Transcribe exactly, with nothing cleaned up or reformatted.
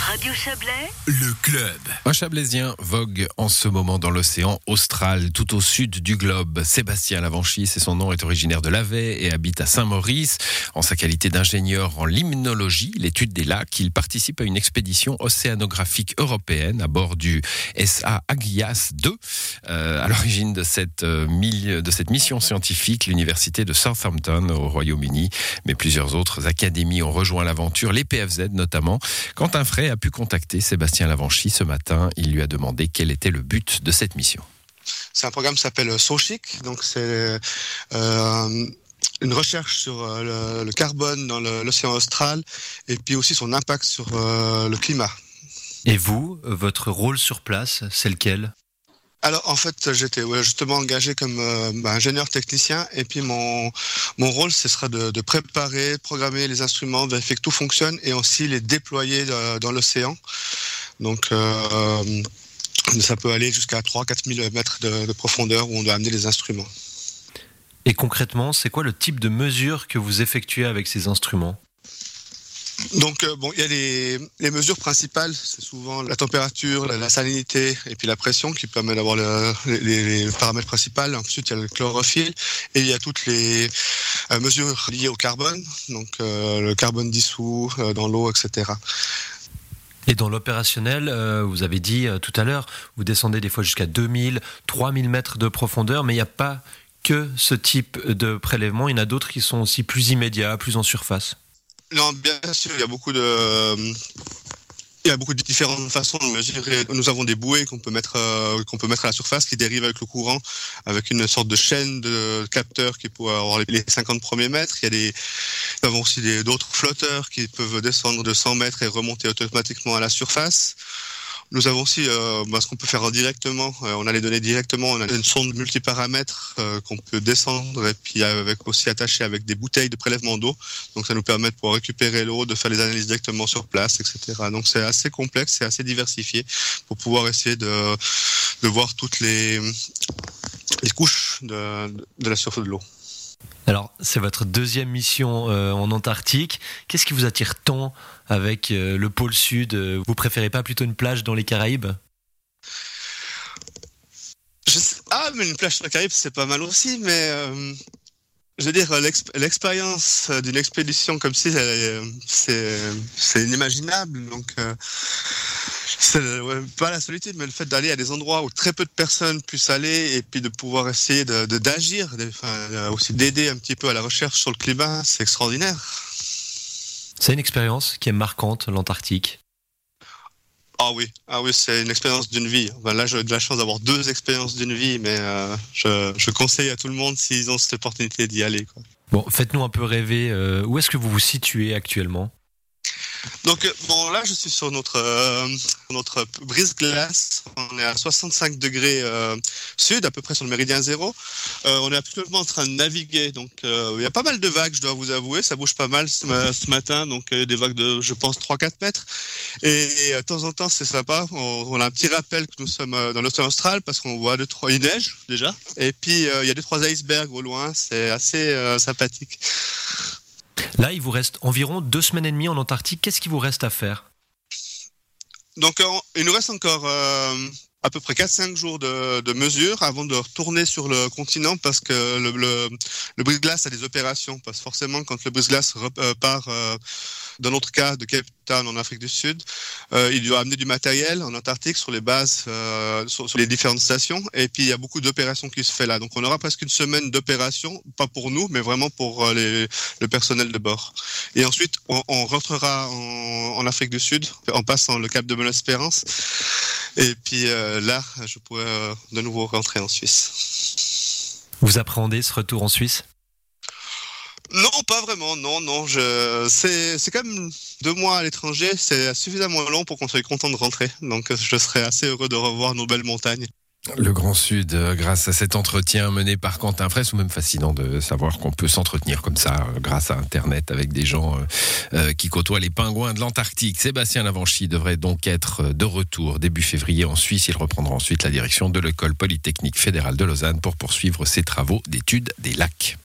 Radio Chablais, le club. Un Chablaisien vogue en ce moment dans l'océan austral, tout au sud du globe. Sébastien Lavanchi, c'est son nom, est originaire de Lavey et habite à Saint-Maurice. En sa qualité d'ingénieur en limnologie, l'étude des lacs, il participe à une expédition océanographique européenne à bord du S A Agias deux. Euh, à l'origine de cette, euh, mille, de cette mission scientifique, l'université de Southampton au Royaume-Uni, mais plusieurs autres académies ont rejoint l'aventure, les P F Z notamment. Quentin Frey a pu contacter Sébastien Lavanchi ce matin. Il lui a demandé quel était le but de cette mission. C'est un programme qui s'appelle SOCHIC, donc c'est euh, une recherche sur euh, le, le carbone dans le, l'océan austral et puis aussi son impact sur euh, le climat. Et vous, votre rôle sur place, c'est lequel ? Alors en fait, j'étais ouais, justement engagé comme euh, bah, ingénieur technicien et puis mon mon rôle ce sera de, de préparer, programmer les instruments, vérifier que tout fonctionne et aussi les déployer de, dans l'océan. Donc euh, ça peut aller jusqu'à trois à quatre mille mètres de, de profondeur où on doit amener les instruments. Et concrètement, c'est quoi le type de mesures que vous effectuez avec ces instruments ? Donc euh, bon, il y a les, les mesures principales, c'est souvent la température, la, la salinité et puis la pression qui permet d'avoir le, les, les paramètres principaux. Ensuite, il y a le chlorophylle et il y a toutes les euh, mesures liées au carbone, donc euh, le carbone dissous euh, dans l'eau, et cetera. Et dans l'opérationnel, euh, vous avez dit euh, tout à l'heure, vous descendez des fois jusqu'à deux mille, trois mille mètres de profondeur, mais il n'y a pas que ce type de prélèvement, il y en a d'autres qui sont aussi plus immédiats, plus en surface. Non, bien sûr, il y a beaucoup de, euh, il y a beaucoup de différentes façons de mesurer. Nous avons des bouées qu'on peut mettre, euh, qu'on peut mettre à la surface, qui dérivent avec le courant, avec une sorte de chaîne de capteurs qui peut avoir les cinquante premiers mètres. Il y a des, nous avons aussi des, d'autres flotteurs qui peuvent descendre de cent mètres et remonter automatiquement à la surface. Nous avons aussi euh, bah, ce qu'on peut faire directement. Euh, on a les données directement. On a une sonde multiparamètres euh, qu'on peut descendre et puis avec aussi attaché avec des bouteilles de prélèvement d'eau. Donc ça nous permet de pouvoir récupérer l'eau, de faire les analyses directement sur place, et cetera. Donc c'est assez complexe, c'est assez diversifié pour pouvoir essayer de de voir toutes les les couches de, de la surface de l'eau. Alors, c'est votre deuxième mission euh, en Antarctique. Qu'est-ce qui vous attire tant avec euh, le pôle Sud ? Vous préférez pas plutôt une plage dans les Caraïbes ? Je sais... Ah, mais une plage dans les Caraïbes, c'est pas mal aussi, mais euh, je veux dire, l'exp... l'expérience d'une expédition comme ci, c'est, c'est inimaginable. Donc, euh, c'est ouais, pas la solitude, mais le fait d'aller à des endroits où très peu de personnes puissent aller et puis de pouvoir essayer de, de d'agir, de, enfin, aussi d'aider un petit peu à la recherche sur le climat, c'est extraordinaire. C'est une expérience qui est marquante, l'Antarctique. Ah oui, ah oui, c'est une expérience d'une vie. Enfin, là, j'ai de la chance d'avoir deux expériences d'une vie, mais euh, je, je conseille à tout le monde s'ils ont cette opportunité d'y aller, quoi. Bon, faites-nous un peu rêver. Euh, où est-ce que vous vous situez actuellement ? Donc bon, là je suis sur notre euh, notre brise-glace. On est à soixante-cinq degrés euh, sud, à peu près sur le méridien zéro. Euh, on est absolument en train de naviguer. Donc euh, il y a pas mal de vagues, je dois vous avouer. Ça bouge pas mal ce, ce matin. Donc euh, des vagues de, je pense, trois à quatre mètres. Et, et de temps en temps, c'est sympa. On, on a un petit rappel que nous sommes dans l'océan austral parce qu'on voit deux trois, il neige déjà. Et puis euh, il y a deux trois icebergs au loin. C'est assez euh, sympathique. Là, il vous reste environ deux semaines et demie en Antarctique. Qu'est-ce qu'il vous reste à faire ? Donc, il nous reste encore euh, à peu près quatre à cinq jours de, de mesures avant de retourner sur le continent parce que le, le, le brise-glace a des opérations. Parce que forcément, quand le brise-glace part, euh, dans notre cas, de Cape Town en Afrique du Sud, euh, il doit amener du matériel en Antarctique sur les bases, euh, sur, sur les différentes stations. Et puis, il y a beaucoup d'opérations qui se fait là. Donc, on aura presque une semaine d'opérations, pas pour nous, mais vraiment pour les, le personnel de bord. Et ensuite, on, on rentrera en, en Afrique du Sud en passant le cap de Bonne-Espérance. Et puis euh, là, je pourrais euh, de nouveau rentrer en Suisse. Vous appréhendez ce retour en Suisse ? Non, pas vraiment. Non, non. Je... C'est, c'est quand même deux mois à l'étranger. C'est suffisamment long pour qu'on soit content de rentrer. Donc, je serais assez heureux de revoir nos belles montagnes. Le Grand Sud, grâce à cet entretien mené par Quentin Frey, c'est même fascinant de savoir qu'on peut s'entretenir comme ça, grâce à Internet, avec des gens euh, qui côtoient les pingouins de l'Antarctique. Sébastien Lavanchi devrait donc être de retour début février en Suisse. Il reprendra ensuite la direction de l'École Polytechnique Fédérale de Lausanne pour poursuivre ses travaux d'études des lacs.